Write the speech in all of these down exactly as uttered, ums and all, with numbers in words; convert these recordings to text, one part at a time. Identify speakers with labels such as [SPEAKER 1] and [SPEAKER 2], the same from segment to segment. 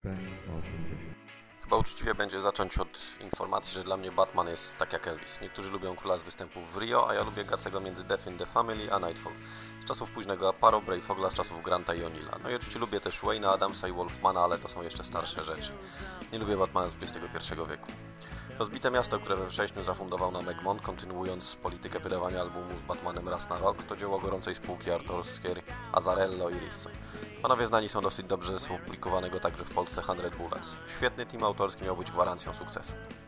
[SPEAKER 1] osiemdziesiąt.
[SPEAKER 2] Chyba uczciwie będzie zacząć od informacji, że dla mnie Batman jest tak jak Elvis. Niektórzy lubią Króla z występów w Rio, a ja lubię Gacego między Death in the Family a Nightfall. Z czasów późnego Aparo, Brave z czasów Granta i O'Neilla. No i oczywiście lubię też Wayne'a Adamsa i Wolfmana, ale to są jeszcze starsze rzeczy. Nie lubię Batmana z dwudziestego pierwszego wieku. Rozbite miasto, które we wrześniu zafundował nam Egmont, kontynuując politykę wydawania albumów z Batmanem raz na rok, to dzieło gorącej spółki autorskiej Azzarello i Risso. Panowie znani są dosyć dobrze z publikowanego także w Polsce one sto Bullets. Świetny team autorski miał być gwarancją sukcesu.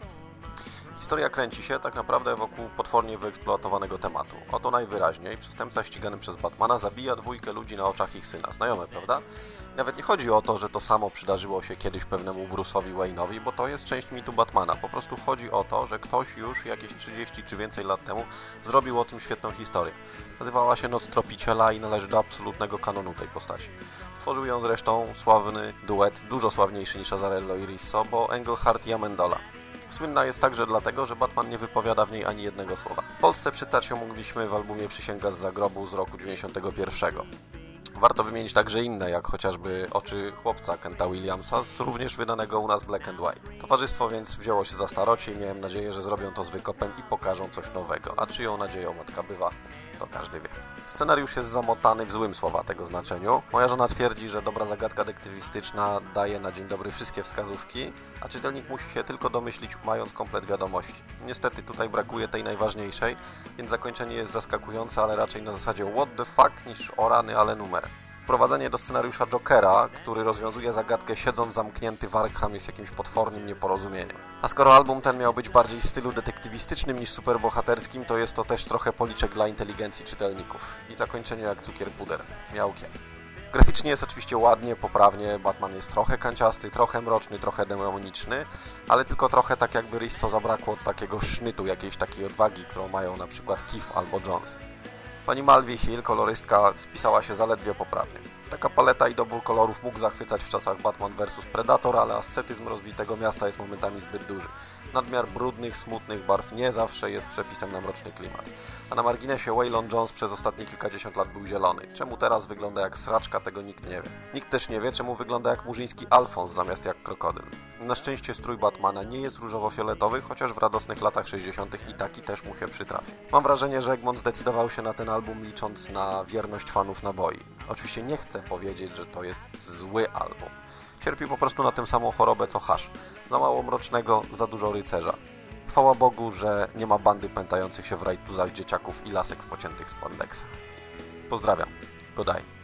[SPEAKER 2] Historia kręci się tak naprawdę wokół potwornie wyeksploatowanego tematu. Oto najwyraźniej przestępca ścigany przez Batmana zabija dwójkę ludzi na oczach ich syna. Znajome, prawda? Nawet nie chodzi o to, że to samo przydarzyło się kiedyś pewnemu Bruce'owi Wayne'owi, bo to jest część mitu Batmana. Po prostu chodzi o to, że ktoś już jakieś trzydzieści czy więcej lat temu zrobił o tym świetną historię. Nazywała się Noc Tropiciela i należy do absolutnego kanonu tej postaci. Stworzył ją zresztą sławny duet, dużo sławniejszy niż Azzarello i Risso, bo Englehart i Amendola. Słynna jest także dlatego, że Batman nie wypowiada w niej ani jednego słowa. W Polsce przytać ją mogliśmy w albumie Przysięga z zagrobu z roku dziewięćdziesiątego pierwszego. Warto wymienić także inne, jak chociażby Oczy chłopca Kenta Williamsa, z również wydanego u nas Black and White. Towarzystwo więc wzięło się za starocie i miałem nadzieję, że zrobią to z wykopem i pokażą coś nowego. A czyją nadzieją matka bywa, to każdy wie. Scenariusz jest zamotany w złym słowa tego znaczeniu. Moja żona twierdzi, że dobra zagadka detektywistyczna daje na dzień dobry wszystkie wskazówki, a czytelnik musi się tylko domyślić, mając komplet wiadomości. Niestety tutaj brakuje tej najważniejszej, więc zakończenie jest zaskakujące, ale raczej na zasadzie what the fuck niż o rany, ale numer. Wprowadzenie do scenariusza Jokera, który rozwiązuje zagadkę siedząc zamknięty w Arkham, jest jakimś potwornym nieporozumieniem. A skoro album ten miał być bardziej w stylu detektywistycznym niż superbohaterskim, to jest to też trochę policzek dla inteligencji czytelników. I zakończenie jak cukier puder. Miałkie. Graficznie jest oczywiście ładnie, poprawnie, Batman jest trochę kanciasty, trochę mroczny, trochę demoniczny, ale tylko trochę tak jakby Risso zabrakło od takiego sznytu, jakiejś takiej odwagi, którą mają na przykład Keith albo Jones. Pani Malvi Hill, kolorystka, spisała się zaledwie poprawnie. Taka paleta i dobór kolorów mógł zachwycać w czasach Batman versus Predator, ale ascetyzm rozbitego miasta jest momentami zbyt duży. Nadmiar brudnych, smutnych barw nie zawsze jest przepisem na mroczny klimat. A na marginesie Waylon Jones przez ostatnie kilkadziesiąt lat był zielony. Czemu teraz wygląda jak sraczka, tego nikt nie wie. Nikt też nie wie, czemu wygląda jak murzyński Alfons zamiast jak krokodyl. Na szczęście strój Batmana nie jest różowo-fioletowy, chociaż w radosnych latach sześćdziesiątych i taki też mu się przytrafi. Mam wrażenie, że Egmont zdecydował się na ten album licząc na wierność fanów naboi. Oczywiście nie chcę powiedzieć, że to jest zły album. Cierpi po prostu na tę samą chorobę co Hash. Za mało mrocznego, za dużo rycerza. Chwała Bogu, że nie ma bandy pętających się w rajtuzach dzieciaków i lasek w pociętych spandeksach. Pozdrawiam. Godaj.